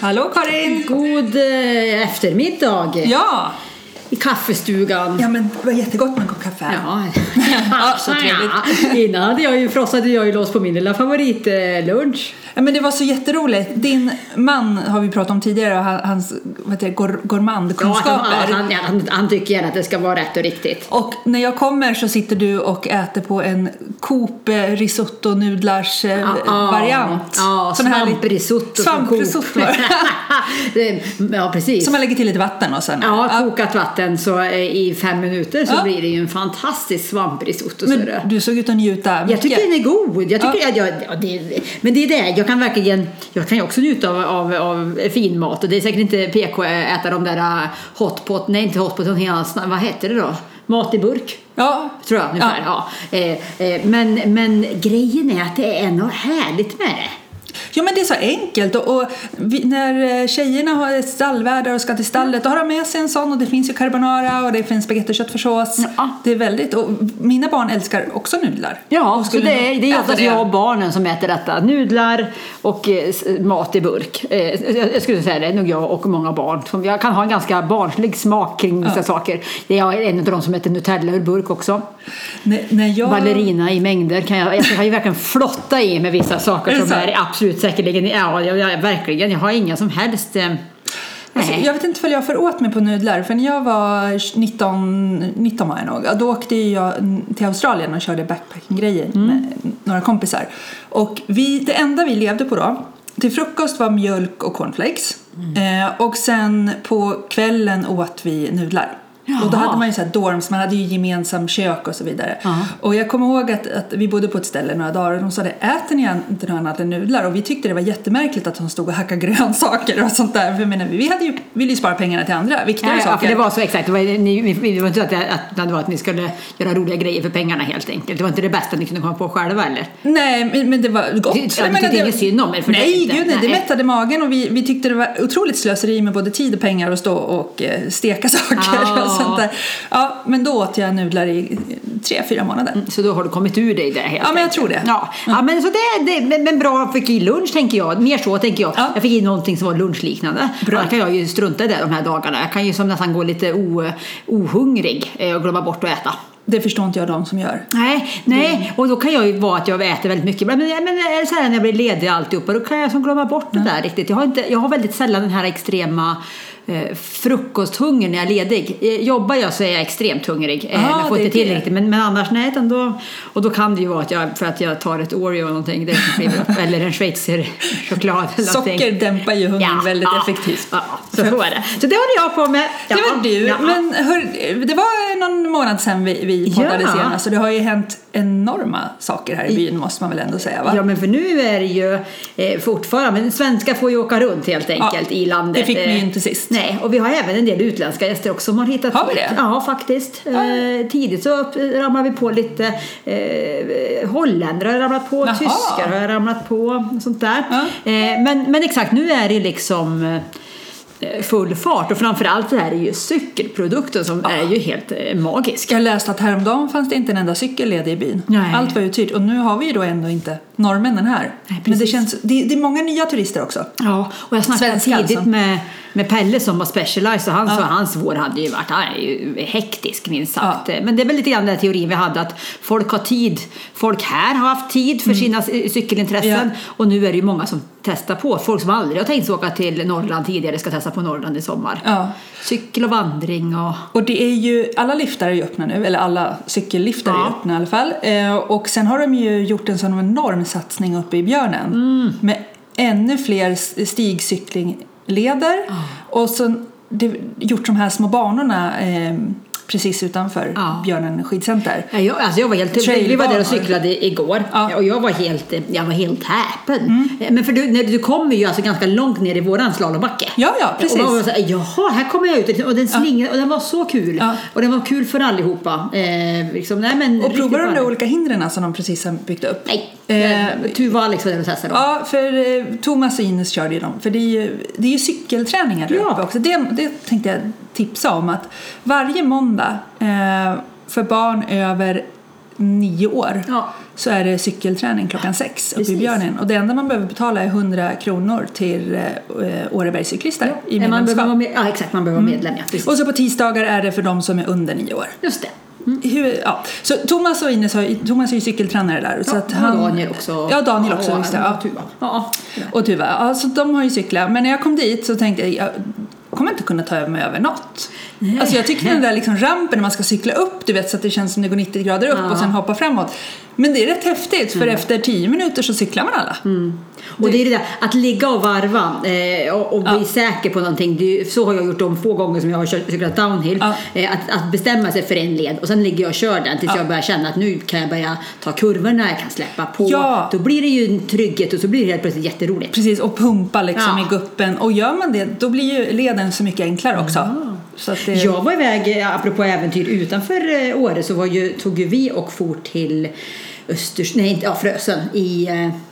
Hallå Karin! God eftermiddag. Ja! I kaffestugan. Ja, men det var jättegott med en kopp kaffe. Ja, så trevligt. Innan hade jag ju låst på min lilla favoritlunch. Ja, men det var så jätteroligt. Din man har vi pratat om tidigare, hans gourmandkunskaper. Ja, han tycker gärna att det ska vara rätt och riktigt. Och när jag kommer så sitter du och äter på en Coop risotto-nudlars variant. Ja, svamprisotto. Svamprisotto. Ja, precis. Som man lägger till lite vatten och sen. Ja, kokat vatten så i 5 minuter så blir det ju en fantastisk svamprisotto. Men du såg ut att njuta mycket. Jag tycker den är god. Jag tycker men det är det. Jag kan ju också njuta av fin mat. Och det är säkert inte PK äta de där hotpot. Nej, inte hotpot. Vad heter det då? Mat i burk. Ja. Tror jag ungefär. Ja. Men grejen är att det är något härligt med det. Ja, men det är så enkelt och när tjejerna har stallvärdar och ska till stallet då har de med sig en sån och det finns ju carbonara och det finns spagetti och köttfärssås. Ja. Det är väldigt, och mina barn älskar också nudlar. Ja, så det är oftast jag och barnen som äter detta. Nudlar och mat i burk. Jag skulle säga det, nog jag och många barn. Jag kan ha en ganska barnslig smak kring vissa saker. Det är en av de som äter Nutella ur burk också. Ballerina i mängder jag kan ju verkligen flotta i med vissa saker som är absolut säkerligen. Ja, verkligen. Jag har inga som helst. Alltså, jag vet inte om jag får åt mig på nudlar. För när jag var 19 var jag nog. Då åkte jag till Australien och körde backpacking-grejer med några kompisar. Och det enda vi levde på då, till frukost var mjölk och cornflakes. Och sen på kvällen åt vi nudlar. Jaha. Och då hade man ju så här dorms, man hade ju gemensam kök och så vidare. Och jag kommer ihåg att vi bodde på ett ställe några dagar och de sa det, äter ni inte någon annan nudlar? Och vi tyckte det var jättemärkligt att de stod och hackade grönsaker och sånt där. För menar, vi ville ju spara pengarna till andra viktigare saker. Ja, för det var så exakt. Det var inte att ni skulle göra roliga grejer för pengarna helt enkelt. Det var inte det bästa ni kunde komma på själva, eller? Nej, men det var gott. Jag tyckte inget synd om er för det mättade magen och vi tyckte det var otroligt slöseri med både tid och pengar att stå och steka saker. Sånt där. Ja, men då åt jag nudlar i 3-4 månader. Så då har du kommit ur dig det helt. Ja, men jag tror det. Ja, men så men bra, fick i lunch tänker jag. Mer så tänker jag. Ja. Jag fick i någonting som var lunchliknande. Bra. Då kan jag ju strunta i det de här dagarna. Jag kan ju som nästan gå lite ohungrig och glömma bort att äta. Det förstår inte jag de som gör. Nej. Och då kan jag ju vara att jag äter väldigt mycket. Men så här när jag blir ledig alltihopa, då kan jag som glömma bort det där riktigt. Jag har väldigt sällan den här extrema frukosthungern när jag är ledig. Jobbar jag så är jag extremt hungrig. Jag får inte till riktigt. Men annars nej. Och då kan det ju vara att jag tar ett Oreo eller någonting. Eller en schweizer choklad. Socker dämpar ju hungern väldigt effektivt. Ja, så är det. Så det håller jag på med. Det var du. Ja. Men det var någon månad sedan vi poddade senast. Så det har ju hänt enorma saker här i byn, måste man väl ändå säga, va? Ja, men för nu är det ju fortfarande, men svenska får ju åka runt helt enkelt i landet. Det fick vi ju inte sist. Nej, och vi har även en del utländska gäster också som har hittat. Har vi det? Ja, faktiskt. Tidigt så ramlar vi på lite holländare har ramlat på, tyskar har ramlat på och sånt där. Men exakt, nu är det liksom full fart, och framförallt det här är ju cykelprodukten som är ju helt magisk. Jag läste att häromdagen fanns det inte en enda cykelled i byn. Nej. Allt var uthyrt, och nu har vi ju då ändå inte norrmännen här. Nej, men det är många nya turister också. Ja, och jag snackade tidigt med Pelle som var Specialized, och hans vår hade ju varit hektisk minst sagt. Men det är väl lite grann den teorin vi hade, att folk här har haft tid för sina cykelintressen, och nu är det ju många som testar på. Folk som aldrig har tänkt åka till Norrland tidigare ska testa på Norrland i sommar. Cykel och vandring och det är ju, alla liftar är ju öppna nu, eller alla cykelliftar är öppna i alla fall. Och sen har de ju gjort en sån enorm satsning uppe i Björnen med ännu fler stigcyklingsleder och så gjort de här små banorna precis utanför Björnen skidcenter. Jag var helt, vi var där och cyklade igår och jag var helt häpen. Men för du kommer ju alltså ganska långt ner i våran slalombacke. Ja, precis. Och man var så här, jaha, här kommer jag ut, och den slingade, och den var så kul. Och den var kul för allihopa. Och provar de olika hindren som de precis har byggt upp? Nej. Tuva och Alex var där och testade dem. Ja, för Thomas och Ines körde ju dem. För det är ju cykelträningar där uppe också. Det tänkte jag tipsa om, att varje måndag för barn över 9 år så är det cykelträning klockan 6 uppe i Björnen. Och det enda man behöver betala är 100 kronor till Årebergscyklister i medlemskap. Exakt, man behöver vara medlem. Och så på tisdagar är det för de som är under 9 år. Just det. Så Thomas och Ines Thomas är ju cykeltränare där så att han, och Daniel också. Ja, Daniel också visst det. Och Tuva. Så de har ju cyklat, men när jag kom dit så tänkte jag kommer inte kunna ta mig över något. Alltså jag tycker den där liksom rampen när man ska cykla upp, du vet, så att det känns som det går 90 grader upp och sen hoppa framåt. Men det är rätt häftigt för efter 10 minuter så cyklar man alla. Och det är det där, att ligga och varva och bli säker på någonting. Så har jag gjort de få gånger som jag har cyklat downhill. Att bestämma sig för en led och sen ligger jag och kör den tills jag börjar känna att nu kan jag börja ta kurvorna, jag kan släppa på. Då blir det ju en trygghet och så blir det helt plötsligt jätteroligt. Precis, och pumpa liksom i guppen. Och gör man det, då blir ju leden så mycket enklare också. Så att Jag var iväg, apropå äventyr utanför Åre, så tog ju vi och for till Frösön i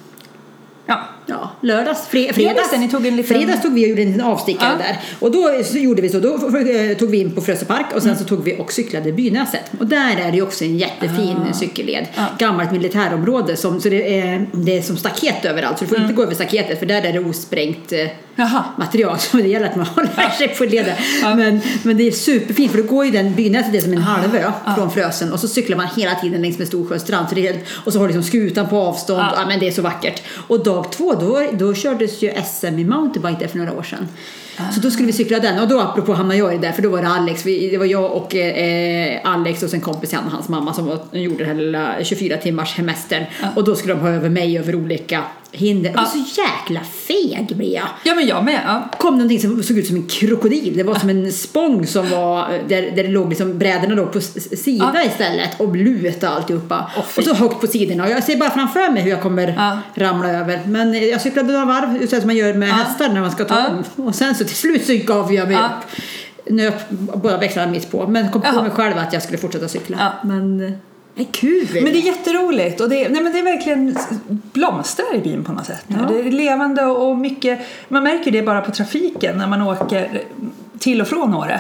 lördags, fredags tog vi och gjorde en avstickare där. Och då gjorde vi så, då tog vi in på Frösö park och sen så tog vi och cyklade Bynäset. Och där är det också en jättefin cykelled. Gammalt militärområde, så det är som staket överallt. Så du får inte gå över staketet, för där är det osprängt material. Så det gäller att man håller sig på leden. Men det är superfint, för då går ju den Bynäset, det är som en halvö från Frösön. Och så cyklar man hela tiden längs med Storsjöstrand. Och så har du liksom skutan på avstånd. Men det är så vackert. Och dag 2 då kördes ju SM i mountainbike där för några år sedan. Så då skulle vi cykla den. Och då apropå Hammargöj där, för då var det Alex. Det var jag och Alex och sen kompis han och hans mamma som gjorde den här lilla 24 timmars hemestern. Och då skulle de ha över mig över olika hinder. Och så jäkla feg blev jag. Ja, men jag med. Kom någonting som såg ut som en krokodil. Det var som en spång som var där det låg liksom brädorna då på sidan istället och lutade alltihopa. Och så högt på sidorna. Och jag ser bara framför mig hur jag kommer ramla över. Men jag cyklade några varv, så som man gör med hästar när man ska ta om. Och sen så till slut så gav jag mig upp. Nöp båda växlarna mitt på. Men kom på mig själv att jag skulle fortsätta cykla. Men det är kul. Men det är jätteroligt. Och det är verkligen blomstrar i byn på något sätt. Det är levande och mycket. Man märker det bara på trafiken när man åker till och från Åre.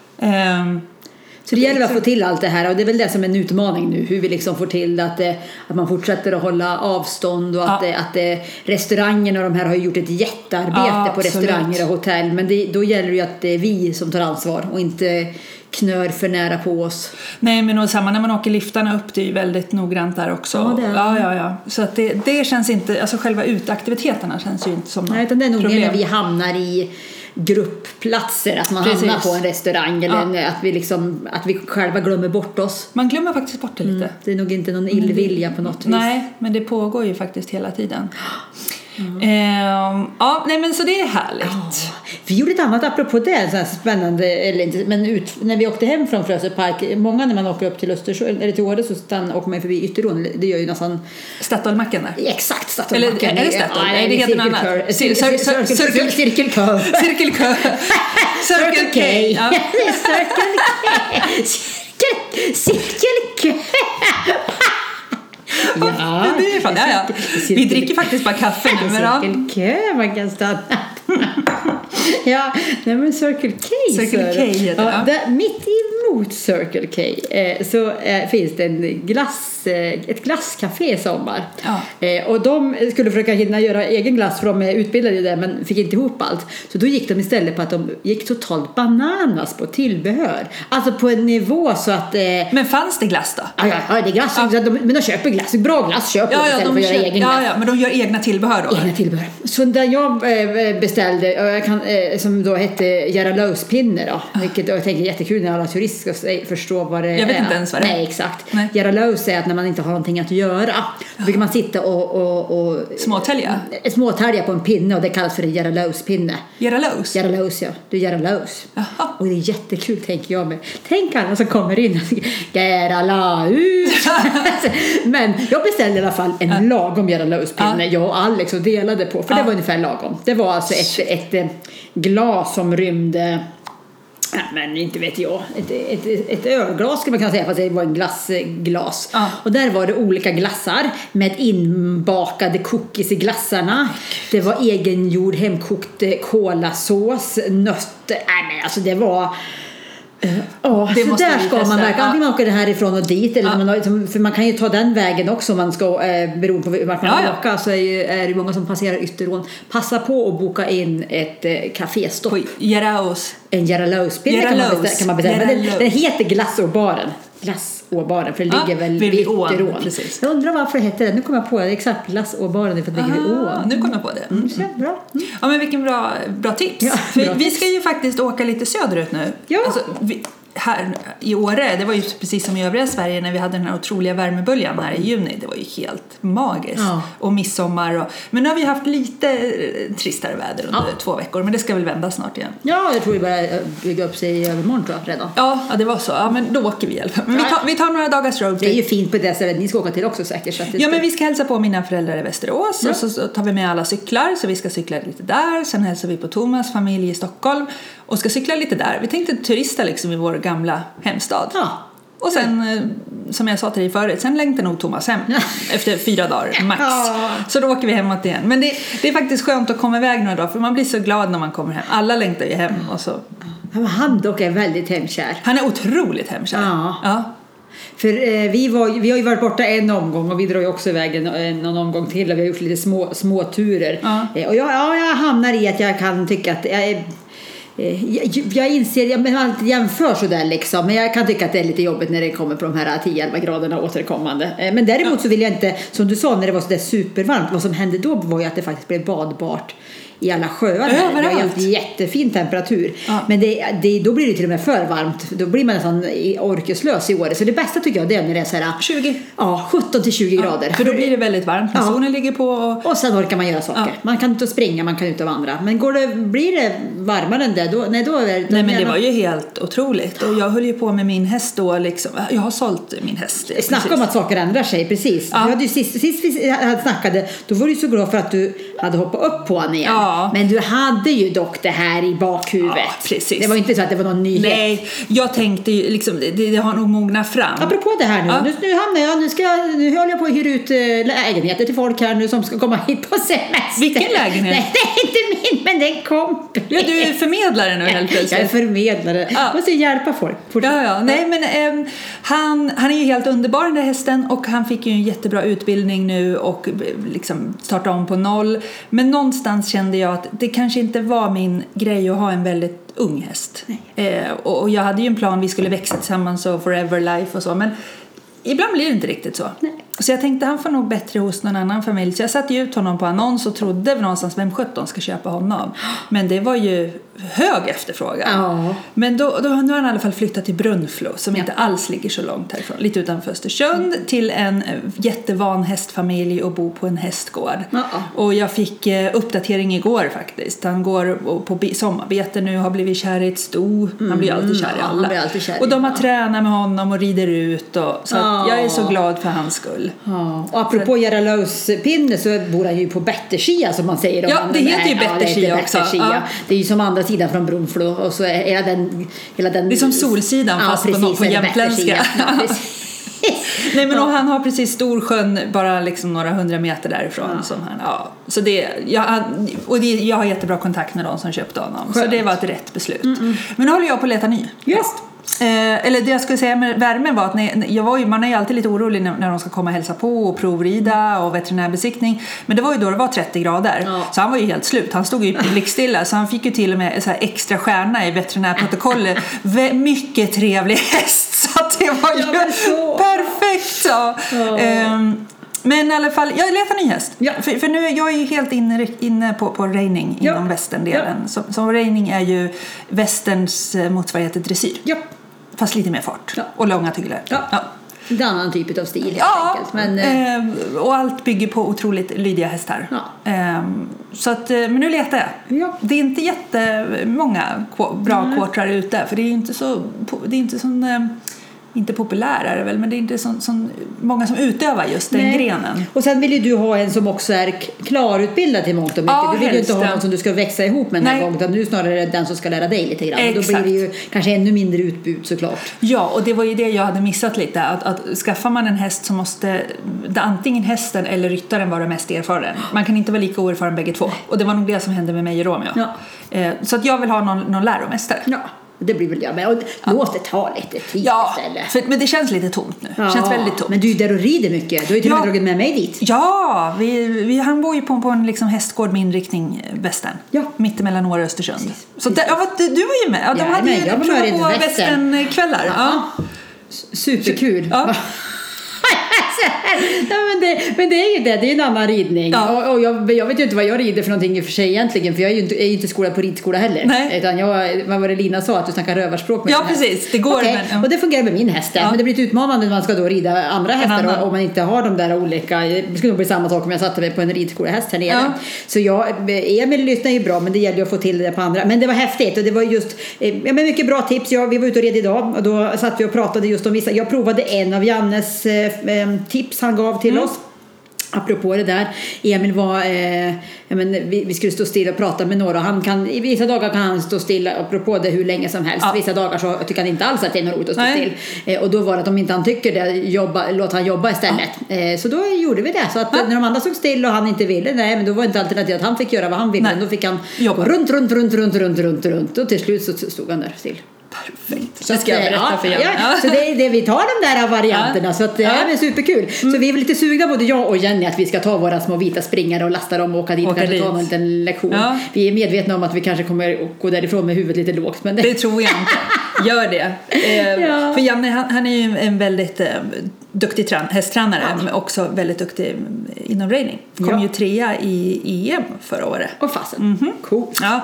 Så det gäller att få till allt det här, och det är väl det som är en utmaning nu, hur vi liksom får till att man fortsätter att hålla avstånd och att restaurangerna och de här har gjort ett jättearbete på restauranger och hotell, men då gäller det ju att det är vi som tar ansvar och inte knör för nära på oss. Nej, men och samma när man åker liftarna upp, det är ju väldigt noggrant där också. Ja. Så att det känns inte, alltså själva utaktiviteterna känns ju inte som något problem. Utan det är nog mer när vi hamnar i gruppplatser, att man hamnar på en restaurang eller att vi själva glömmer bort oss. Man glömmer faktiskt bort det lite. Det är nog inte någon illvilja på något vis. Nej, men det pågår ju faktiskt hela tiden. Nej, men så det är härligt. Vi gjorde ett annat apropå det, så här spännande eller inte, men när vi åkte hem från Frösö park, många när man åker upp till Östersund eller till Åre så åker man förbi Ytterån, det gör ju nästan Statoilmacken där. Exakt, Statoilmacken. Eller är det Statoil? Nej, det heter något annat. Cirkelkö. Cirkel K. Circle K. Cirkel K. Ja, det är fan, vi dricker faktiskt bara kaffe nu. Cirkelkö, man kan stanna. Ja, nej men Circle K. Circle K heter det. Mitt emot Circle K så finns det ett glasscafé i sommar. Och de skulle försöka hinna göra egen glass, för de är utbildade i det, men fick inte ihop allt. Så då gick de istället på att de gick totalt bananas på tillbehör. Alltså på en nivå så att... Men fanns det glass då? Ja, det är glass. Men de köper glass. Bra glass köper de istället för att göra egen glass. Ja, men de gör egna tillbehör då? Egna tillbehör. Så där jag beställde, som då hette Jaralauspinne då, vilket jag tänker är jättekul när alla turister ska förstå vad det är. Jag vet inte ens vad det är. Nej, exakt. Jaralaus är att när man inte har någonting att göra, då brukar man sitta och småtälja på en pinne, och det kallas för en Jaralauspinne. Jaralaus? Jaralaus, ja. Du är Jaralaus. Och det är jättekul, tänker jag med. Tänk alla som kommer in och Jaralaus. Men jag beställde i alla fall en lagom Jaralauspinne. Jag och Alex och delade på, för det var ungefär lagom. Det var alltså ett glas som rymde, men inte vet jag, ett ölglas skulle man kunna säga, fast det var en glassglas. Och där var det olika glassar med inbakade cookies i glassarna. Det var egengjord hemkokt kolasås, nötter. Nej, men alltså det var Ja, så där ska man verkligen. Antingen man åker det härifrån och dit. Eller för man kan ju ta den vägen också om man ska, beroende på vart man vill åka. Så är det många som passerar Ytterån. Passa på att boka in ett kaféstopp. Geraus. En Geralaus-pinne kan man beställa. Den heter Glassåbaren. Glassåbaren, för det ligger väl vid Ytterån. Jag undrar varför det heter det. Nu kommer jag på det. Exakt, Glassåbaren, för det ligger vid ån. Nu kom jag på det. Bra. Ja, men vilken bra tips. För vi ska ju faktiskt åka lite söderut nu. Ja. Alltså, här i Åre, det var ju precis som i övriga Sverige när vi hade den här otroliga värmeböljan här i juni. Det var ju helt magiskt. Och midsommar. Men nu har vi haft lite tristare väder under 2 veckor. Men det ska väl vända snart igen. Ja, jag tror vi börjar bygga upp sig i övermorgon tror jag redan. Ja, det var så. Ja, men då åker vi i alla fall. Men vi tar några dagars roadtrip. Det är ju fint på det sättet. Ni ska åka till också säkert. Så att men vi ska hälsa på mina föräldrar i Västerås. Och så tar vi med alla cyklar. Så vi ska cykla lite där. Sen hälsar vi på Thomas familj i Stockholm. Och ska cykla lite där. Vi tänkte turista liksom i vår gamla hemstad. Ja. Och sen, som jag sa till dig förut, sen längtar nog Thomas hem efter 4 dagar max. Så då åker vi hemåt igen. Men det är faktiskt skönt att komma iväg några dagar, för man blir så glad när man kommer hem. Alla längtar ju hem. Och så. Han dock är väldigt hemkär. Han är otroligt hemkär. Ja. För vi har ju varit borta en omgång och vi drar ju också iväg någon omgång till. Och vi har gjort lite små turer. Och jag hamnar i att jag kan tycka att jag inser, jag alltid jämför så där liksom, men jag kan tycka att det är lite jobbigt när det kommer på de här 10-11 graderna återkommande. Men däremot så vill jag inte, som du sa, när det var så där supervarmt, vad som hände då var ju att det faktiskt blev badbart i alla sjöar här. Det har haft jättefin temperatur. Men då blir det till och med för varmt. Då blir man nästan orkeslös i år. Så det bästa tycker jag det är när det är så här 20. Ja, 17-20 grader. För då blir det väldigt varmt när solen ligger på. Och sen orkar man göra saker. Man kan inte springa, man kan inte vandra. Men blir det varmare än det, då är det... Nej, men det var ju helt otroligt. Och jag höll ju på med min häst då liksom. Jag har sålt min häst. Snacka om att saker ändrar sig, precis. Ja. Sist vi snackade, då var du så glad för att du hade hoppat upp på henne igen. Ja. Men du hade ju dock det här i bakhuvudet. Ja, precis. Det var inte så att det var någon nyhet. Nej, jag tänkte ju liksom, det har nog mognat fram. Apropå det här nu, nu hamnar jag, nu håller jag på att hyra ut lägenheter till folk här nu som ska komma hit på semester. Vilken lägenhet? Nej, det är inte min, men det är en kompis. Ja, du är förmedlare nu helt plötsligt. Jag är förmedlare. Jag måste hjälpa folk. Ja. Nej, men han är ju helt underbar, den där hästen, och han fick ju en jättebra utbildning nu och liksom starta om på 0. Men någonstans kände jag att det kanske inte var min grej att ha en väldigt ung häst. Och jag hade ju en plan, vi skulle växa tillsammans och forever life och så, men ibland blir det inte riktigt så. Nej. Så jag tänkte han får nog bättre hos någon annan familj. Så jag satte ut honom på annons och trodde någonstans vem 17 ska köpa honom. Men det var ju hög efterfrågan. Ja. Men nu har han i alla fall flyttat till Brunflo, som inte alls ligger så långt härifrån. Lite utanför Östersund, till en jättevan hästfamilj och bo på en hästgård. Och jag fick uppdatering igår faktiskt. Han går på sommarbete nu, har blivit kär i ett sto. Han blir alltid kär i alla. Och de har tränat med honom och rider ut. Så att jag är så glad för hans skull. Ja. Och apropå Geralauspinne så bor han ju på Betterskia, som man säger. Ja, det heter ju Betterskia också. Ja. Det är ju som andra sidan från Brunflo. Och så är hela den det är som Solsidan fast på jämtländska. Nej, men och han har precis Storsjön bara liksom några 100 meter därifrån. Som han, så jag har jättebra kontakt med de som köpte honom. Skönt. Så det var ett rätt beslut. Men nu håller jag på att leta ny häst. Eller det jag skulle säga med värmen var att man är ju alltid lite orolig när de ska komma och hälsa på och provrida och veterinärbesiktning. Men det var ju då det var 30 grader. Så han var ju helt slut. Han stod ju blickstilla. Så han fick ju till och med så här extra stjärna i veterinärprotokollet. Mycket trevlig häst. Så att det var ju perfekt. Men i alla fall, jag letar ny häst. För nu jag är ju helt inne på reining inom västerndelen. Som reining är ju västerns motsvarighet till dressyr. Fast lite mer fart. Och långa tyglar. En annan typ av stil helt enkelt. Men, och allt bygger på otroligt lydiga hästar. Så att, men nu letar jag. Det är inte jättemånga bra quartrar ute. För det är inte sån... Inte populär är det väl, men det är inte så många som utövar just den grenen. Och sen vill ju du ha en som också är klarutbildad till mångt och mycket. Du vill ju inte ha någon som du ska växa ihop med den här gången, utan nu snarare den som ska lära dig lite grann. Exakt. Då blir det ju kanske ännu mindre utbud såklart. Ja, och det var ju det jag hade missat lite. Att skaffar man en häst så måste antingen hästen eller ryttaren vara mest erfaren. Man kan inte vara lika oerfaren bägge två. Och det var nog det som hände med mig och Romeo. Så att jag vill ha någon läromästare. Det blir väl men låt det ta lite tid istället. Men det känns lite tomt nu. Det känns väldigt tomt. Men du är där och rider mycket. Du har ju till och med dragit med mig dit. Ja, han bor ju på en liksom hästgård med inriktning västern. Ja. Mittemellan Åre och Östersund. Precis. Så du var ju med. Ja, de hade ju på västernkvällar. Ja. Superkul. Ja. men det är ju det är en annan ridning. Och jag vet ju inte vad jag rider för någonting i och för sig egentligen, för jag är ju inte skolad på ridskola heller. Nej. Utan vad var det Lina sa, att du snackar rövarspråk med precis, det går. Men, och det fungerar med min häst. Men det blir utmanande när man ska då rida andra hästar och man inte har de där olika. Det skulle nog bli samma sak om jag satte mig på en ridskolehäst här nere. Så Emil lyssnar ju bra, men det gäller ju att få till det på andra. Men det var häftigt och det var just mycket bra tips. Vi var ute och red idag och då satt vi och pratade just om vissa. Jag provade en av Jannes tips han gav till oss. Apropå det där, Emil var vi skulle stå still och prata med några. I vissa dagar kan han stå still apropå det hur länge som helst. Vissa dagar så tycker han inte alls att det är något roligt att stå still. Och då var det att om inte han tycker det, låt han jobba istället. Så då gjorde vi det. Så att när de andra stod still och han inte ville, men då var inte alternativet att han fick göra vad han ville. Då fick han gå runt och till slut så stod han där still. Perfekt. Så ska jag berätta för Jenny. Så vi tar de där varianterna. Så att det är superkul. Så vi är väl lite sugna, både jag och Jenny, att vi ska ta våra små vita springare och lasta dem och åka dit. Kanske ta en liten lektion. Vi är medvetna om att vi kanske kommer att gå därifrån med huvudet lite lågt, men det tror jag inte. Gör det. För Jenny, han är ju en väldigt duktig hästtränare, men också väldigt duktig inom ridning. Kom ju 3:a i EM förra året. Och fasen. Cool.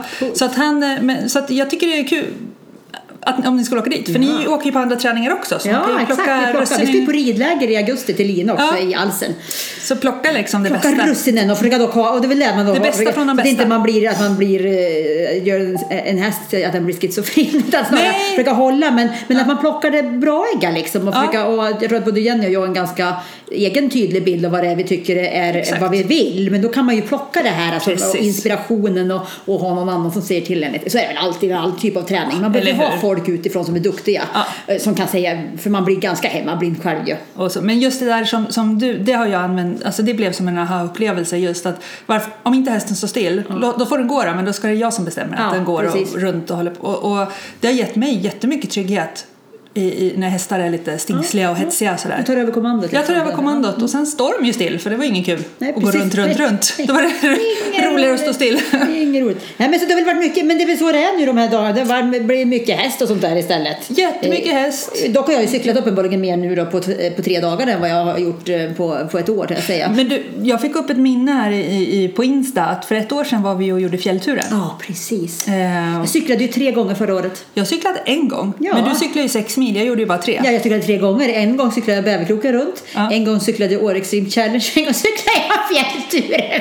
Så att jag tycker det är kul om ni ska åka dit. För ni åker ju på andra träningar också. Så exakt. Vi ska ju på ridläger i augusti till Lina också i Alsen. Så plocka liksom det bästa. Plocka russinen och försöka och det vill man då. Det bästa från de bästa. Det är inte att man blir gör en häst att den blir schizofren. Att försöka hålla, men att man plockar det braiga liksom. Och jag tror att både Jenny och jag har en ganska egen tydlig bild av vad det är vi tycker är vad vi vill. Men då kan man ju plocka det här alltså, inspirationen och ha någon annan som säger till en. Så är det väl alltid all typ av träning. Man behöver ha folk utifrån som är duktiga som kan säga, för man blir ganska hemmablind själv ju. Men just det där som du, det har jag använt, alltså det blev som en aha-upplevelse just att om inte hästen står still, då får den gå men då ska det jag som bestämmer att den går och runt och håller på. Och det har gett mig jättemycket trygghet när hästar är lite stingsliga och hetsiga sådär. Du tar över kommandot. Jag tar över kommandot och sen står de ju still, för det var ingen kul att gå runt. Då var det roligare att stå still. Ingen roligt. Nej, men så det har väl varit mycket, men det är väl så det är nu de här dagarna. Det blir mycket häst och sånt där istället. Jättemycket häst. Dock har jag ju cyklat uppenbarligen mer nu då på 3 dagar än vad jag har gjort på ett år, kan jag säga. Men jag fick upp ett minne här på Insta att för 1 år sedan var vi och gjorde fjällturen. Ja, precis. Jag cyklade ju 3 gånger förra året. Jag cyklade 1 gång, men du cyklade ju 6 mil. Jag gjorde ju bara 3. Ja, jag cyklade 3 gånger. En gång cyklade jag Bäverkroken runt. En gång cyklade jag Åre Extreme Challenge. En gång cyklade jag fjällturen.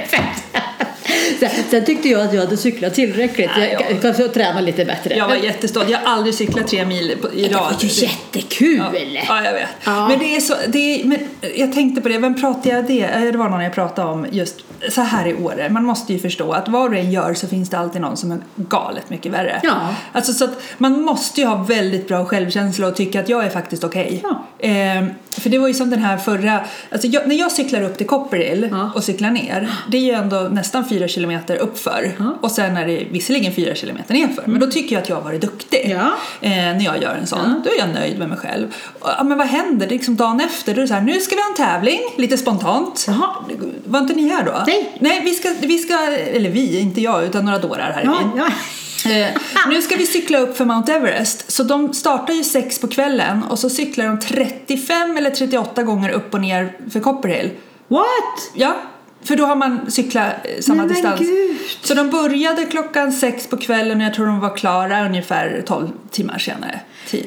Sen tyckte jag att jag hade cyklat tillräckligt. Jag kanske träna lite bättre. Jag var jättestolt. Jag har aldrig cyklat 3 mil i rad. Det var ju jättekul. Ja, jag vet. Ja. Men det är så, men jag tänkte på det. Vem pratade jag det? Det var någon jag pratade om just så här i Åre. Man måste ju förstå att vad du än gör så finns det alltid någon som är galet mycket värre. Ja. Alltså så att man måste ju ha väldigt bra självkänsla och tycka att jag är faktiskt okej. Ja. För det var ju som den här förra, alltså när jag cyklar upp till Copperhill och cyklar ner, det är ju ändå nästan 4 kilometer uppför och sen är det visserligen 4 kilometer nerför, men då tycker jag att jag har varit duktig när jag gör en sån. Då är jag nöjd med mig själv. Men vad händer? Det är liksom dagen efter, då är det så här, nu ska vi ha en tävling, lite spontant. Var inte ni här då? Nej, vi ska, eller vi, inte jag, utan några dårar här i byn. Nu ska vi cykla upp för Mount Everest. Så de startar ju 6 på kvällen och så cyklar de 35 eller 38 gånger upp och ner för Copperhill. What? Ja, för då har man cyklat samma distans. Så de började klockan 6 på kvällen och jag tror de var klara ungefär 12 timmar senare.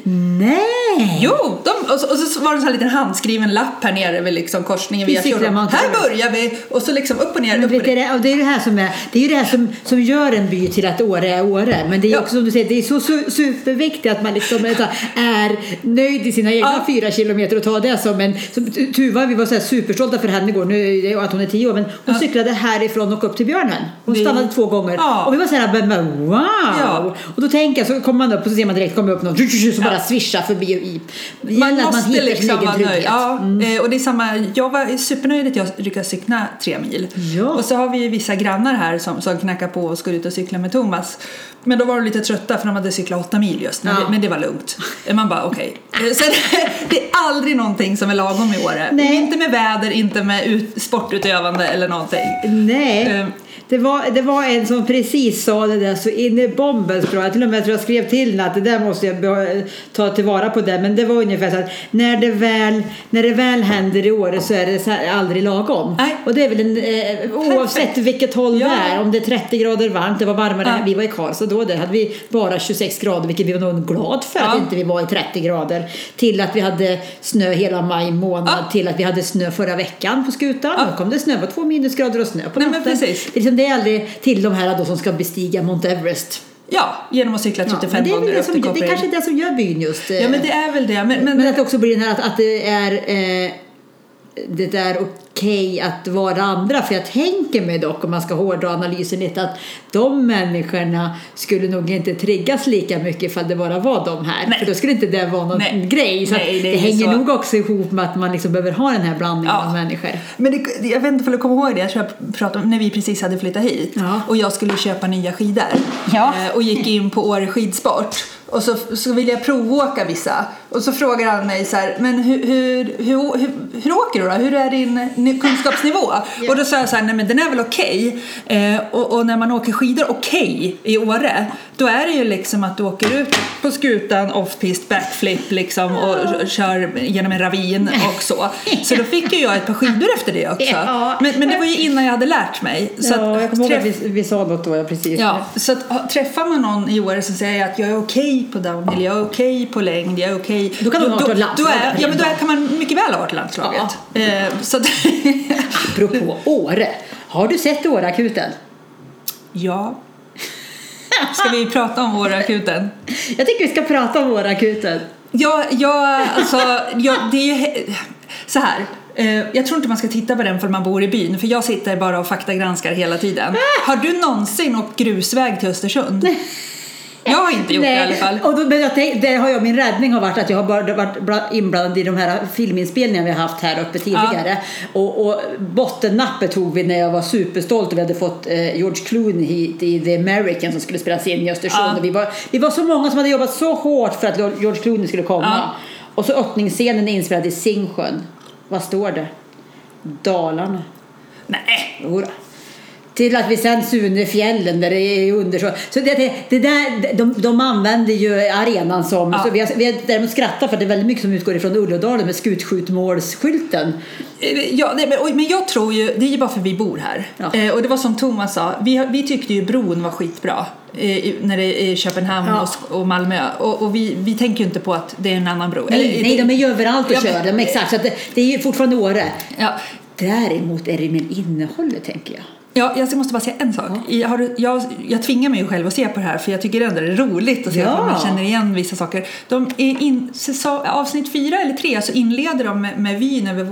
Nej! Jo, och så var det en sån här liten handskriven lapp här nere vid liksom korsningen via Fjorden. Här börjar vi och så liksom upp och ner. Upp och ner. Det är ju det här det är ju det här som gör en by till att Åre är Åre. Men det är också som du säger, det är så superviktigt att man liksom är nöjd i sina egna 4 kilometer och ta det som Tuva, vi var så här superstolta för henne igår. Nu är det att hon är 10 år, men hon cyklade härifrån och upp till Björnen. Hon stannade 2 gånger. Och vi var så här, wow! Ja. Och då tänker jag, så kommer man upp och så ser man direkt kommer upp någon så bara swisha förbi man måste liksom vara nöjd. Och det är samma, jag var supernöjd att jag lyckades cykla 3 mil. Och så har vi vissa grannar här som knackar på och ska ut och cykla med Thomas. Men då var de lite trötta för de hade cyklat 8 mil just. Men det var lugnt. Man bara okej. Sen, det är aldrig någonting som är lagom i Åre. Nej. Inte med väder, inte med sportutövande eller någonting. Nej. Det var en som precis sa det där så in i bomben bra. Jag till och med tror jag skrev till att det där måste jag ta tillvara på det. Men det var ungefär så att när det väl händer i Åre så är det så här aldrig lagom. Nej. Och det är väl oavsett vilket håll det är. Om det är 30 grader varmt, det var varmare. Vi var i Karlstad då, det hade vi bara 26 grader, vilket vi var nog glad för att inte vi var i 30 grader. Till att vi hade snö hela maj månad, till att vi hade snö förra veckan på skutan. Då kom det snö på 2 minusgrader och snö på natten. Nej, men precis. Det är aldrig till de här då som ska bestiga Mount Everest. Ja, genom att cykla 35 gånger upp till Det är kanske det som gör byn just. Ja, men det är väl det. Men att det också blir den här att det är okej att vara andra. För jag tänker mig dock, om man ska hårdra analysen lite, att de människorna skulle nog inte triggas lika mycket ifall det bara var de här. Nej. För då skulle inte det vara någon grej. Så det hänger så. Nog också ihop med att man liksom behöver ha den här blandningen av människor. Men jag vet inte för att komma ihåg det. Jag tror jag pratade om när vi precis hade flyttat hit. Ja. Och jag skulle köpa nya skidor. Ja. Och gick in på Åre skidsport. Och så ville jag provåka vissa. Och så frågar han mig så här, men hur åker du då? Hur är din kunskapsnivå? Yeah. Och då sa jag så här, nej men den är väl okej. Och när man åker skidor i Åre, då är det ju liksom att du åker ut på skutan, off-pist, backflip liksom, och kör genom en ravin och så. Så då fick ju jag ett par skidor efter det också. Ja. Men det var ju innan jag hade lärt mig. Så jag kommer ihåg att vi sa något då, precis. Ja, så att träffar man någon i Åre så säger jag att jag är okej på downhill, jag är okej på längd, jag är okej. Då kan man ha varit landslaget. Ja, men då kan man mycket väl ha varit landslaget. Ja. Så apropå Åre, har du sett Åreakuten? Ja. Ska vi prata om Åreakuten? Jag tycker vi ska prata om Åreakuten. Ja, det är ju så här. Jag tror inte man ska titta på den för man bor i byn. För jag sitter bara och faktagranskar hela tiden. Har du någonsin åkt grusväg till Östersund? Jag har inte gjort det i alla fall. Och det har jag, min räddning har varit att jag har bara varit inblandad i de här filminspelningarna vi har haft här uppe tidigare. Ja. Och bottennappet tog vi när jag var superstolt och vi hade fått George Clooney hit i The American som skulle spelas in i Östersund. Ja. Och vi var så många som hade jobbat så hårt för att George Clooney skulle komma. Ja. Och så öppningsscenen är inspelad i Singsjön. Vad står det? Dalarna. Nej. Jodå. Till att vi sen Sunefjällen där det är under så det där de använder ju arenan som så vi har däremot skrattat för det är väldigt mycket som utgår ifrån Ullådalen med skutskjutmålsskylten. Ja, men jag tror ju det är ju bara för vi bor här. Ja. Och det var som Thomas sa, vi tyckte ju bron var skitbra när det är Köpenhamn och Malmö och vi tänker ju inte på att det är en annan bro. Nej, de är ju överallt och kör dem exakt så att det är ju fortfarande Åre. Ja. Däremot är det med innehållet tänker jag. Ja, jag måste bara säga en sak. Jag tvingar mig ju själv att se på det här för jag tycker ändå det är roligt att se att man känner igen vissa saker. Avsnitt 4 eller 3 så inleder de med vyn över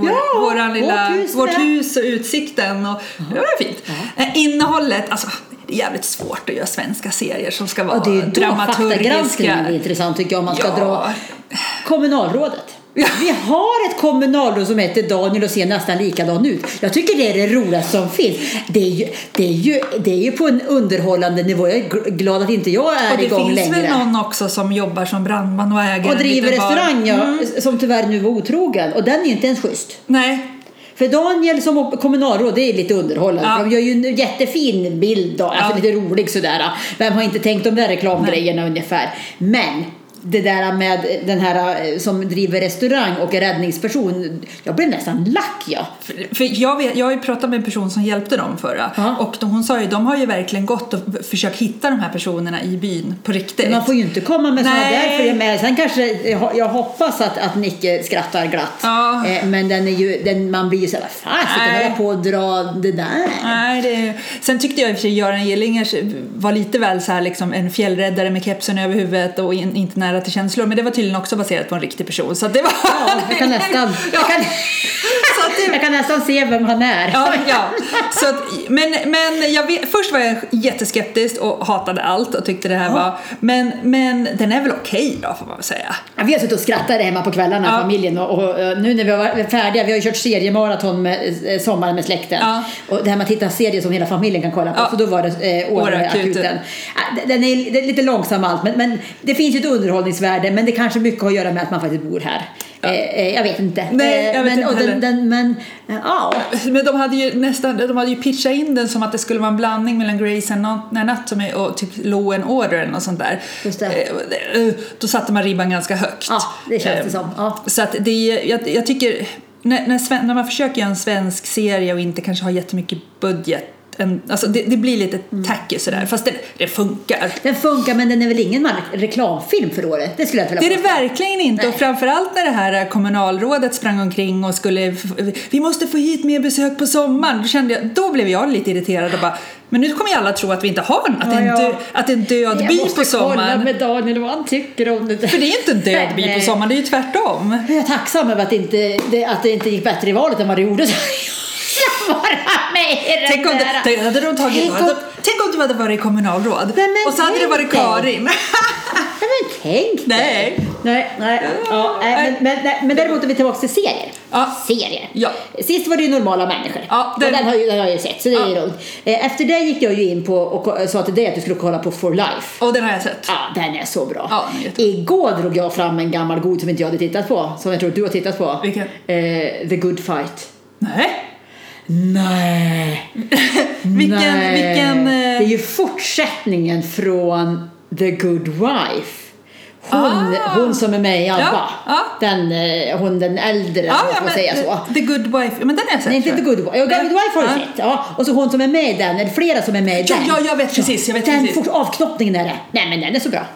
vårt hus och utsikten och det var fint. Ja. Innehållet, alltså det är jävligt svårt att göra svenska serier som ska vara dramaturgiska. Faktagranskningen är intressant tycker jag om man ska dra Kommunalrådet. Vi har ett kommunalråd som heter Daniel och ser nästan likadan ut. Jag tycker det är det roligaste som finns. Det är ju på en underhållande nivå. Jag är glad att inte jag är igång längre. Och det finns väl någon också som jobbar som brandman och ägare. Och driver restaurang, som tyvärr nu var otrogen. Och den är inte ens schysst. Nej. För Daniel som kommunalråd, det är lite underhållande. Ja. De gör ju en jättefin bild då, alltså lite rolig sådär. Vem har inte tänkt om de där reklamgrejerna ungefär. Men det där med den här som driver restaurang och är räddningsperson, jag blev nästan lack för jag har ju pratat med en person som hjälpte dem förra och hon sa ju, de har ju verkligen gått och försökt hitta de här personerna i byn på riktigt. Men man får ju inte komma med sådana där för med. Sen kanske jag hoppas att Nicke skrattar glatt men den är ju man blir ju så här fast att hålla på och dra det där. Nej, sen tyckte jag i och för sig Göran Gillingers var lite väl så här liksom en fjällräddare med kepsen över huvudet och inte nära till känslor, men det var tydligen också baserat på en riktig person, så att det var jag kan nästan jag kan nästan se vem han är. Ja. Så att, men först var jag jätteskeptisk och hatade allt och tyckte det här var, men den är väl okej då, får man väl säga. Ja, vi har suttit och skrattat hemma på kvällarna, familjen, och nu när vi var färdiga, vi har ju kört seriemaraton med sommaren med släkten, och det här med att titta serier som hela familjen kan kolla på, så då var det Åreakuten. Den är lite långsam allt, men det finns ju ett underhållningsvärde, men det kanske mycket har att göra med att man faktiskt bor här. Jag vet inte. Nej, jag vet inte men de hade ju pitchat in den som att det skulle vara en blandning mellan Grey's Anatomy och typ Law and Order eller något sånt där. Just det. Då satte man ribban ganska högt. Ja, det känns det som. Ja. Så att jag tycker när man försöker göra en svensk serie och inte kanske har jättemycket budget, alltså det blir lite tacky sådär, fast det funkar. Den funkar, men den är väl ingen reklamfilm för året? Det skulle jag inte vilja påstå. Det är det verkligen inte. Nej. Och framförallt när det här kommunalrådet sprang omkring och skulle, vi måste få hit mer besök på sommaren, då blev jag lite irriterad och bara, men nu kommer ju alla tro att vi inte har att det är en död by på sommaren. Jag måste kolla med Daniel vad han tycker om det. För det är inte en död by på sommaren, det är ju tvärtom. Jag är tacksam över att det inte gick bättre i valet än vad det gjorde. Tänk om du hade varit kommunalråd. Och så hade det varit Karin. Tänk. Nej. Men däremot är vi tillbaka till serier. Serier. Ja. Sist var det ju normala människor. Den har jag ju sett, så det är roligt. Efter det gick jag ju in på och sa till dig att du skulle kolla på For Life. Och den har jag sett. Ja, den är så bra. Igår drog jag fram en gammal god som inte jag hade tittat på, som jag tror du har tittat på. Vilken? The Good Fight. Nej. Vilken Det är ju fortsättningen från The Good Wife. Hon som är med i ABBA. Den äldre, man får säga så. The Good Wife, men den är sett. Nej, inte The Good Wife. Good Wife har du sett. Ja. Och så hon som är med i den, eller flera som är med i den. Ja, jag vet precis. Den avknoppningen är det. Nej, men den är så bra.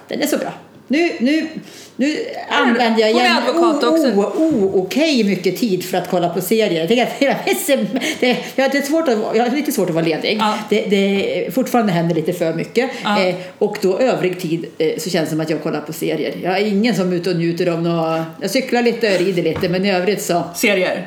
Nu använder jag igen okej mycket tid för att kolla på serier. Jag har lite svårt att vara ledig. Det fortfarande händer lite för mycket. Och då övrig tid så känns det som att jag kollar på serier. Jag är ingen som är ute och njuter av något. Jag cyklar lite och rider lite, men i övrigt så serier.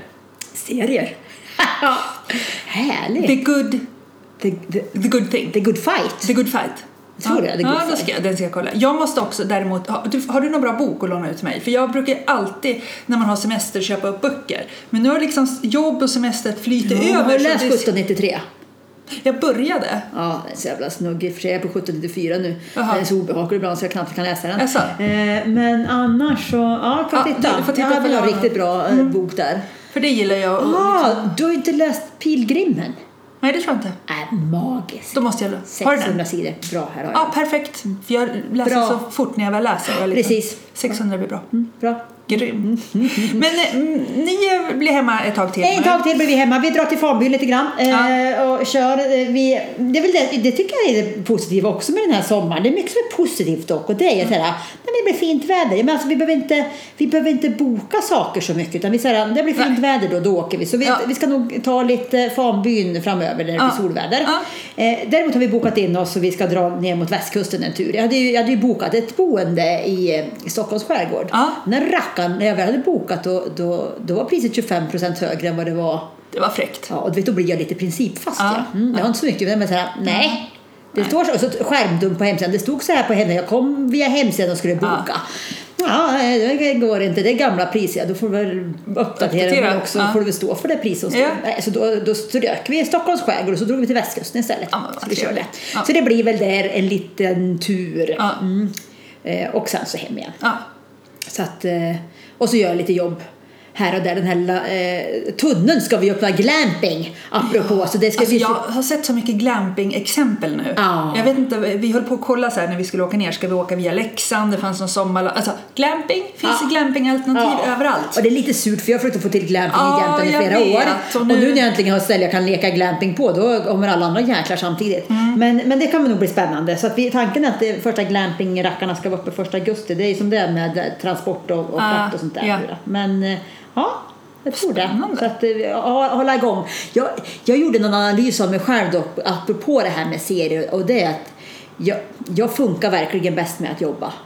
Härligt. The good thing. The good fight. The good fight. Tror det, den ska jag kolla. Jag måste också däremot har du någon bra bok att låna ut till mig? För jag brukar alltid när man har semester köpa upp böcker. Men nu har liksom jobb och semester flyter över. Har du läst 1793? Jag började. Ja, det är så jävla snugg. För jag är på 1794 nu. Det är så obehagligt ibland så jag knappt kan läsa den. Men annars så kan titta. Jag hade en riktigt bra bok där. För det gillar jag. Du har inte läst Pilgrimen? Nej, det tror jag inte. Magiskt. Då måste jag 600 sidor. Bra, här har jag. Perfekt. För jag läser så fort när jag väl läser. Precis. 600 blir bra. Bra. Grym. Men ni blir hemma ett tag till? En tag till blir vi hemma. Vi drar till Fanby lite grann och kör. Det är väl det tycker jag är det positiva också med den här sommaren. Det är mycket som är positivt dock. Och det är så här, men det blir fint väder. Men alltså, vi behöver inte boka saker så mycket. Utan vi säger det blir fint väder då åker vi. Så vi ska nog ta lite Fanbyn framöver när det blir solväder. Däremot har vi bokat in oss och vi ska dra ner mot västkusten en tur. Jag hade ju bokat ett boende i Stockholms skärgård. När jag väl hade bokat då var priset 25% högre än vad det var. Det var fräckt. Ja, och då blir jag lite principfast. Jag har inte så mycket, men så här, nej. Det står så skärmdump på hemsidan. Det stod så här på henne. Jag kom via hemsidan och skulle boka. Det går inte. Det är gamla priser. Då får vi väl uppdatera men också. Får du väl stå för det priset. Så då strök vi i Stockholms skärgård och så drog vi till västkusten istället. Så vi körde. Så det blir väl där en liten tur. Och sen så hem igen. Så att, och så gör jag lite jobb här och där. Den här tunneln ska vi öppna glamping apropå. Så det ska jag har sett så mycket glamping-exempel nu. Jag vet inte, vi höll på att kolla så här när vi skulle åka ner. Ska vi åka via Leksand? Det fanns någon sommar. Alltså glamping, finns glamping-alternativ överallt. Och det är lite surt för jag har försökt att få till glamping i Jämtland i flera år. Och nu när jag äntligen har ett ställe jag kan leka glamping på, då kommer alla andra jäklar samtidigt. Men det kan nog bli spännande. Så att tanken är att första glamping-rackarna ska vara uppe 1 augusti. Det är som det är med transport och frakt och sånt där. Men jag tror det. Så att hålla igång. Jag gjorde någon analys av mig själv då, apropå det här med serier. Och det är att jag funkar verkligen bäst med att jobba.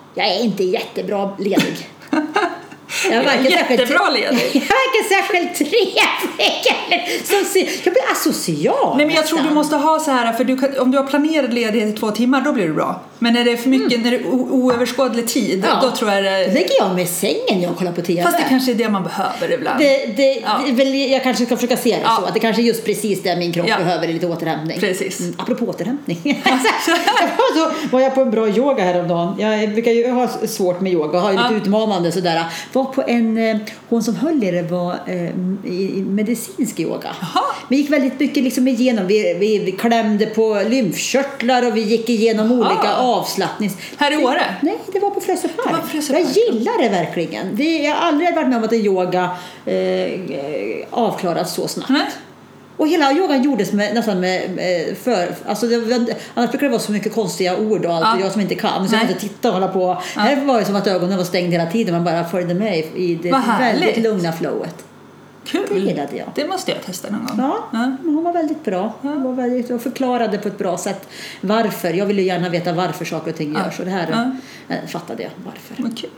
Jag är inte jättebra ledig. Jag är jättebra ledig. Jag verkar särskilt trevlig. Jag blir asocial. Nej, men jag tror du måste ha så här, för om du har planerat ledighet i 2 timmar, då blir det bra. Men när det är för mycket, när det är oöverskådlig tid, då tror jag det... Då lägger jag mig i sängen jag kollar på TV. Fast det kanske är det man behöver ibland. Jag kanske ska försöka se det så. Att det kanske är just precis det min kropp behöver, lite återhämtning. Precis. Apropå återhämtning. Så var jag på en bra yoga häromdagen. Jag brukar ju ha svårt med yoga. Har ju lite utmanande sådär. Var på hon som höll i det var i medicinsk yoga. Vi gick väldigt mycket liksom igenom. Vi klämde på lymfkörtlar och vi gick igenom olika avslappnings... Här i Åre? Nej, det var på Frösöpark. Jag gillar det verkligen. Jag har aldrig varit med om att en yoga avklarats så snabbt. Nej. Och hela yogan gjordes nästan alltså annars brukar det vara så mycket konstiga ord och allt, och jag som inte kan, så jag måste titta och hålla på. Här var det som att ögonen var stängda hela tiden, man bara följde med i det väldigt lugna flowet. Kul. Det gillade jag. Det måste jag testa någon gång. Ja. Hon var väldigt bra. Hon var väldigt, och förklarade på ett bra sätt varför. Jag ville gärna veta varför saker och ting görs. Och det här fattade jag varför. Okay.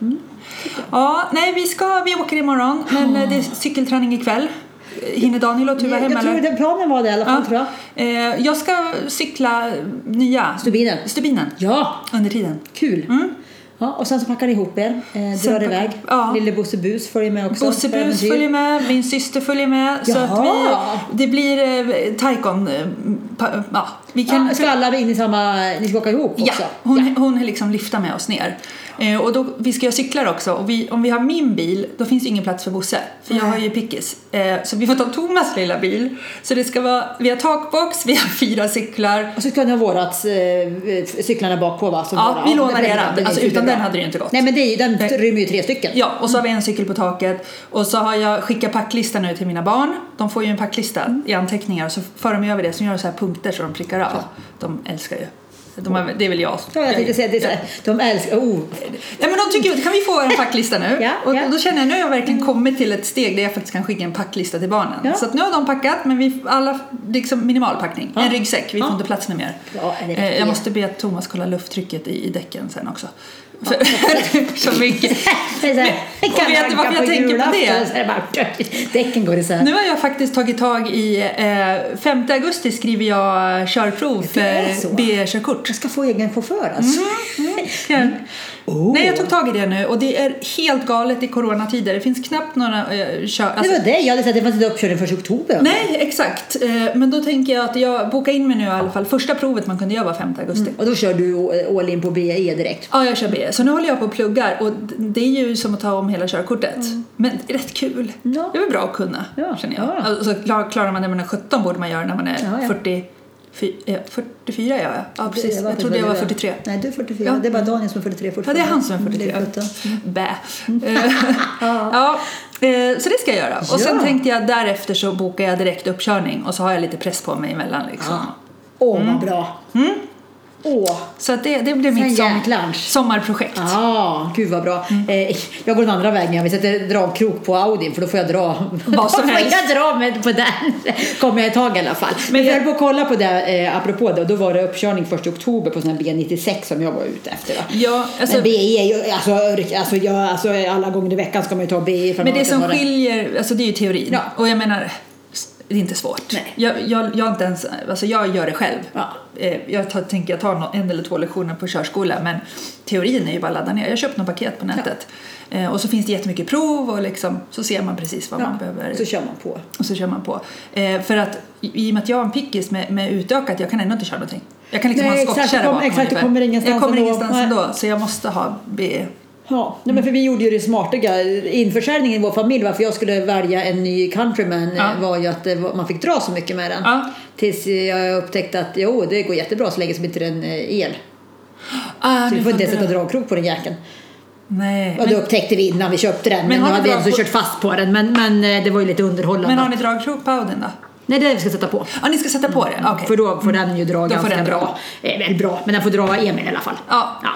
Vi åker imorgon. Men det är cykelträning ikväll. Hinner Daniel och Tuva hemma? Jag tror planen var det i alla fall, tror jag. Jag ska cykla nya Stubinen. Ja. Under tiden. Kul. Ja, och sen så packar ni ihop er, drar iväg. Lille Bosse Bus följer med också. Bosse Bus följer med, min syster följer med. Så att det blir taikon. Vi kan... Ska alla in i samma, ni ska åka ihop också? Ja, hon liksom lyfter med oss ner. Och då, vi ska göra cyklar också. Och om vi har min bil, då finns det ingen plats för Bosse. För jag har ju pickis. Så vi får ta Thomas lilla bil. Så det ska vara, vi har takbox, vi har 4 cyklar. Och så kan ni ha vårat cyklarna bak på, va? Vi lånar era. Alltså utan den hade det ju inte gått. Nej, men den rymmer ju 3 stycken. Ja, och så har vi en cykel på taket. Och så har jag skickat packlistan nu till mina barn. De får ju en packlista i anteckningar. Så för de över det, så gör de så här punkter så de prickar av. De älskar ju. Det är väl jag. Ja, jag tänkte säga det så här. De älskar. Nej, men de tycker, kan vi få en packlista nu? Och då känner jag, nu har jag verkligen kommit till ett steg där jag faktiskt kan skicka en packlista till barnen. Så att nu har de packat, men vi alla liksom minimalpackning. En ryggsäck, vi får inte plats med mer. Jag måste be att Thomas kolla lufttrycket i däcken sen också. Så mycket. Och vet du varför jag tänker på det? Däcken går isär. Nu har jag faktiskt tagit tag i 5 augusti skriver jag körprov för B-körkort. Jag ska få egen chaufför alltså. Nej, jag tog tag i det nu och det är helt galet i coronatider. Det finns knappt några det var det, jag hade sett att det fanns inte uppkörning först i oktober. Nej, exakt. Men då tänker jag att jag bokar in mig nu i alla fall. Första provet man kunde göra var 5 augusti. Och då kör du all in på BE direkt? Ja, jag kör BE. Så nu håller jag på och pluggar och det är ju som att ta om hela körkortet. Men det är rätt kul. Ja. Det är väl bra att kunna, känner jag. Alltså, klarar man det när man är 17 borde man göra när man är 44 ja, precis. Jag trodde jag var 43. Nej, du är 44. Det är bara Daniel som är 43 fortfarande. Ja, det är han som är 43. Så det ska jag göra. Och sen tänkte jag därefter så bokar jag direkt uppkörning och så har jag lite press på mig emellan liksom. Vad bra. Så att det blir mitt sommarprojekt. Gud vad bra. Jag går den andra vägen. Vi sätter dragkrok på Audi, för då får jag dra vad som helst. Jag dra med på den. Kommer jag ett tag i alla fall. Men jag höll på att kolla på det apropå det, och då var det uppkörning 1 oktober på sån här B96 som jag var ute efter. Ja, alltså, men BE är ju alltså alla gånger i veckan ska man ju ta BE. Men det som skiljer, alltså det är ju teorin. Ja. Och jag menar, det är inte svårt. Jag inte ens, alltså jag gör det själv. Jag tar 1 eller 2 lektioner på körskola, men teorin är ju bara ladda ner. Jag köpte något paket på nätet. Och så finns det jättemycket prov och liksom, så ser man precis vad man behöver. Och så kör man på. För att i och med att jag har en pickis med utökat, jag kan ändå inte köra någonting. Jag kan liksom ha en skottkärra bakom. Exakt, jag kommer ingenstans ändå. Så jag måste ha B. Ja, men för vi gjorde ju det smartiga. Införsäljningen i vår familj, varför jag skulle välja en ny Countryman var ju att man fick dra så mycket med den. Tills jag upptäckte att det går jättebra så länge som inte den el. Så vi får inte sätta dragkrok på den jäkeln. Nej. Och då upptäckte vi innan vi köpte den. Men hade vi ändå kört fast på den. Men det var ju lite underhållande. Men har ni dragkrok på Audin då? Nej, det är det vi ska sätta på. Ja, ni ska sätta på det? Okay. För då får den ju dra ganska bra. Väl bra, men den får dra Emil i alla fall. Ja.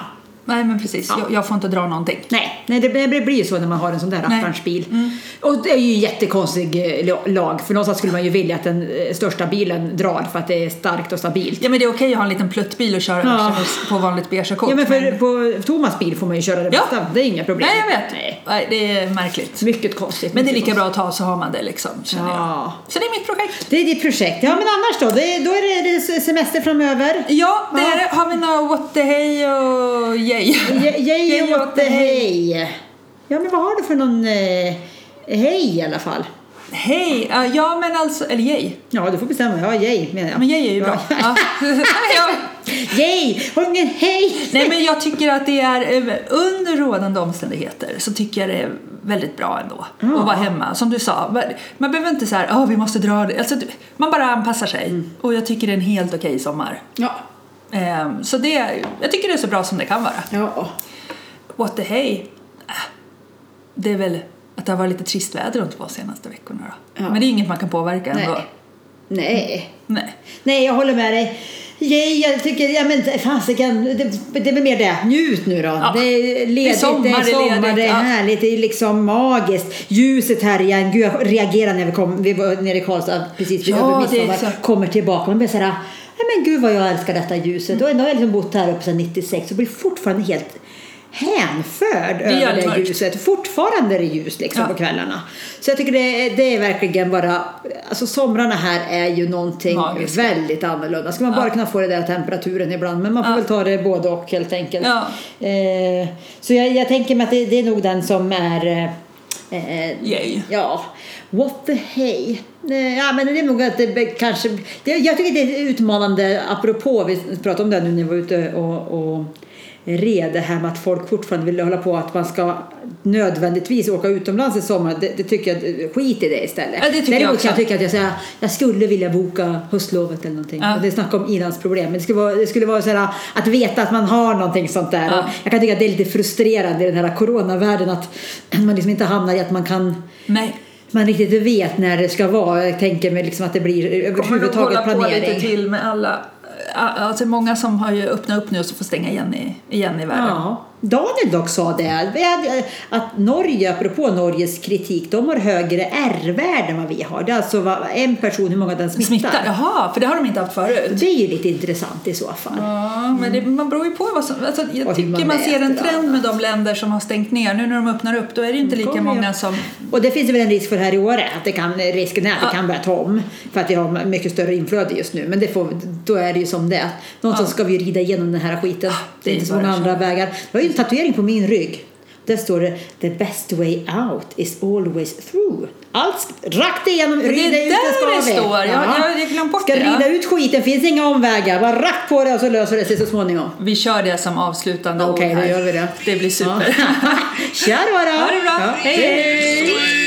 Nej, men precis. Ja. Jag får inte dra någonting. Nej, det blir ju så när man har en sån där rattbarnsbil. Och det är ju en jättekonstig lag. För någonstans skulle man ju vilja att den största bilen drar för att det är starkt och stabilt. Ja, men det är okej att ha en liten pluttbil och köra på vanligt beige-kort. Ja, men på Thomas bil får man ju köra det bästa. Det är inga problem. Nej, jag vet. Nej, det är märkligt. Mycket konstigt. Men det är lika bra att ta, så har man det liksom, känner jag. Så det är mitt projekt. Det är ditt projekt. Ja, men annars då? Då är det semester framöver. Ja, det är det. Har vi något what the hey och yay? Yay och what the hey. Ja, men vad har du för någon hej i alla fall? Hej, ja men alltså, eller yay. Ja, du får bestämma. Ja, yay menar jag. Men yay är ju bra. Ja. Yay, ungen hej. Nej, men jag tycker att det är under rådande omständigheter så tycker jag det är väldigt bra ändå att vara hemma. Som du sa, man behöver inte så här, vi måste dra det. Alltså, man bara anpassar sig. Och jag tycker det är en helt okej sommar. Ja. Så jag tycker det är så bra som det kan vara. Ja. What the hey? Det är väl att det har varit lite trist väder de 2 senaste veckorna då. Ja. Men det är inget man kan påverka ändå. Nej, jag håller med dig. Jag tycker, det är väl mer det. Njut nu då. Ja. Det är ledigt, det är sommar, det är härligt, det är liksom magiskt. Ljuset här igen. Gud, jag reagerar när vi var nere i Karlstad precis vid midsommar. Kommer tillbaka. Man blir såhär, men gud vad jag älskar detta ljuset. Och ändå har jag liksom bott här uppe sedan 96 och blir fortfarande helt hänförd över det ljuset. Fortfarande är det ljus liksom på kvällarna. Så jag tycker det är verkligen bara, alltså somrarna här är ju någonting väldigt annorlunda. Ska man bara kunna få det där temperaturen ibland, men man får väl ta det både och helt enkelt. Så jag tänker mig att det är nog den som är ja, what the hey. Ja, men det är nog att det kanske jag tycker det är utmanande, apropå vi pratade om det nu när vi var ute och det här med att folk fortfarande vill hålla på att man ska nödvändigtvis åka utomlands i sommar. Det tycker jag, skit i det istället. Ja, det tycker jag också. Jag tycker att jag skulle vilja boka höstlovet eller någonting. Och det snackar om inlandsproblem. Men det skulle vara så här, att veta att man har någonting sånt där. Och jag kan tycka att det är lite frustrerande i den här coronavärlden att man liksom inte hamnar i att man kan... Nej. Man riktigt vet när det ska vara. Jag tänker mig liksom att det blir överhuvudtaget planering. Kommer du hålla på lite till med alla... Alltså många som har ju öppnat upp nu och så får stänga igen i världen. Ja. Daniel dock sa det att Norge, apropå Norges kritik, de har högre R-värden än vad vi har. Det är alltså en person, hur många den smittar. Jaha, för det har de inte haft förut. Det är ju lite intressant i så fall. Ja, men man beror ju på vad som... Alltså, jag tycker man ser en trend med de länder som har stängt ner. Nu när de öppnar upp, då är det ju inte lika många som... Och det finns ju väl en risk för här i år att risken är att det kan börja ta om. För att vi har mycket större inflöde just nu. Men då är det ju som det. Någonstans ska vi ju rida igenom den här skiten. Det är inte så många andra vägar. Det var ju en tatuering på min rygg. Där står det: the best way out is always through. Allt rakt igenom, rida ut det står. Jag glömde bort ska det. Rida ut skiten, finns inga omvägar. Bara rakt på det och så löser det sig så småningom. Vi kör det som avslutande ord här. Okej, då gör vi det. Det blir super. Tja då. Ha det bra. Hej.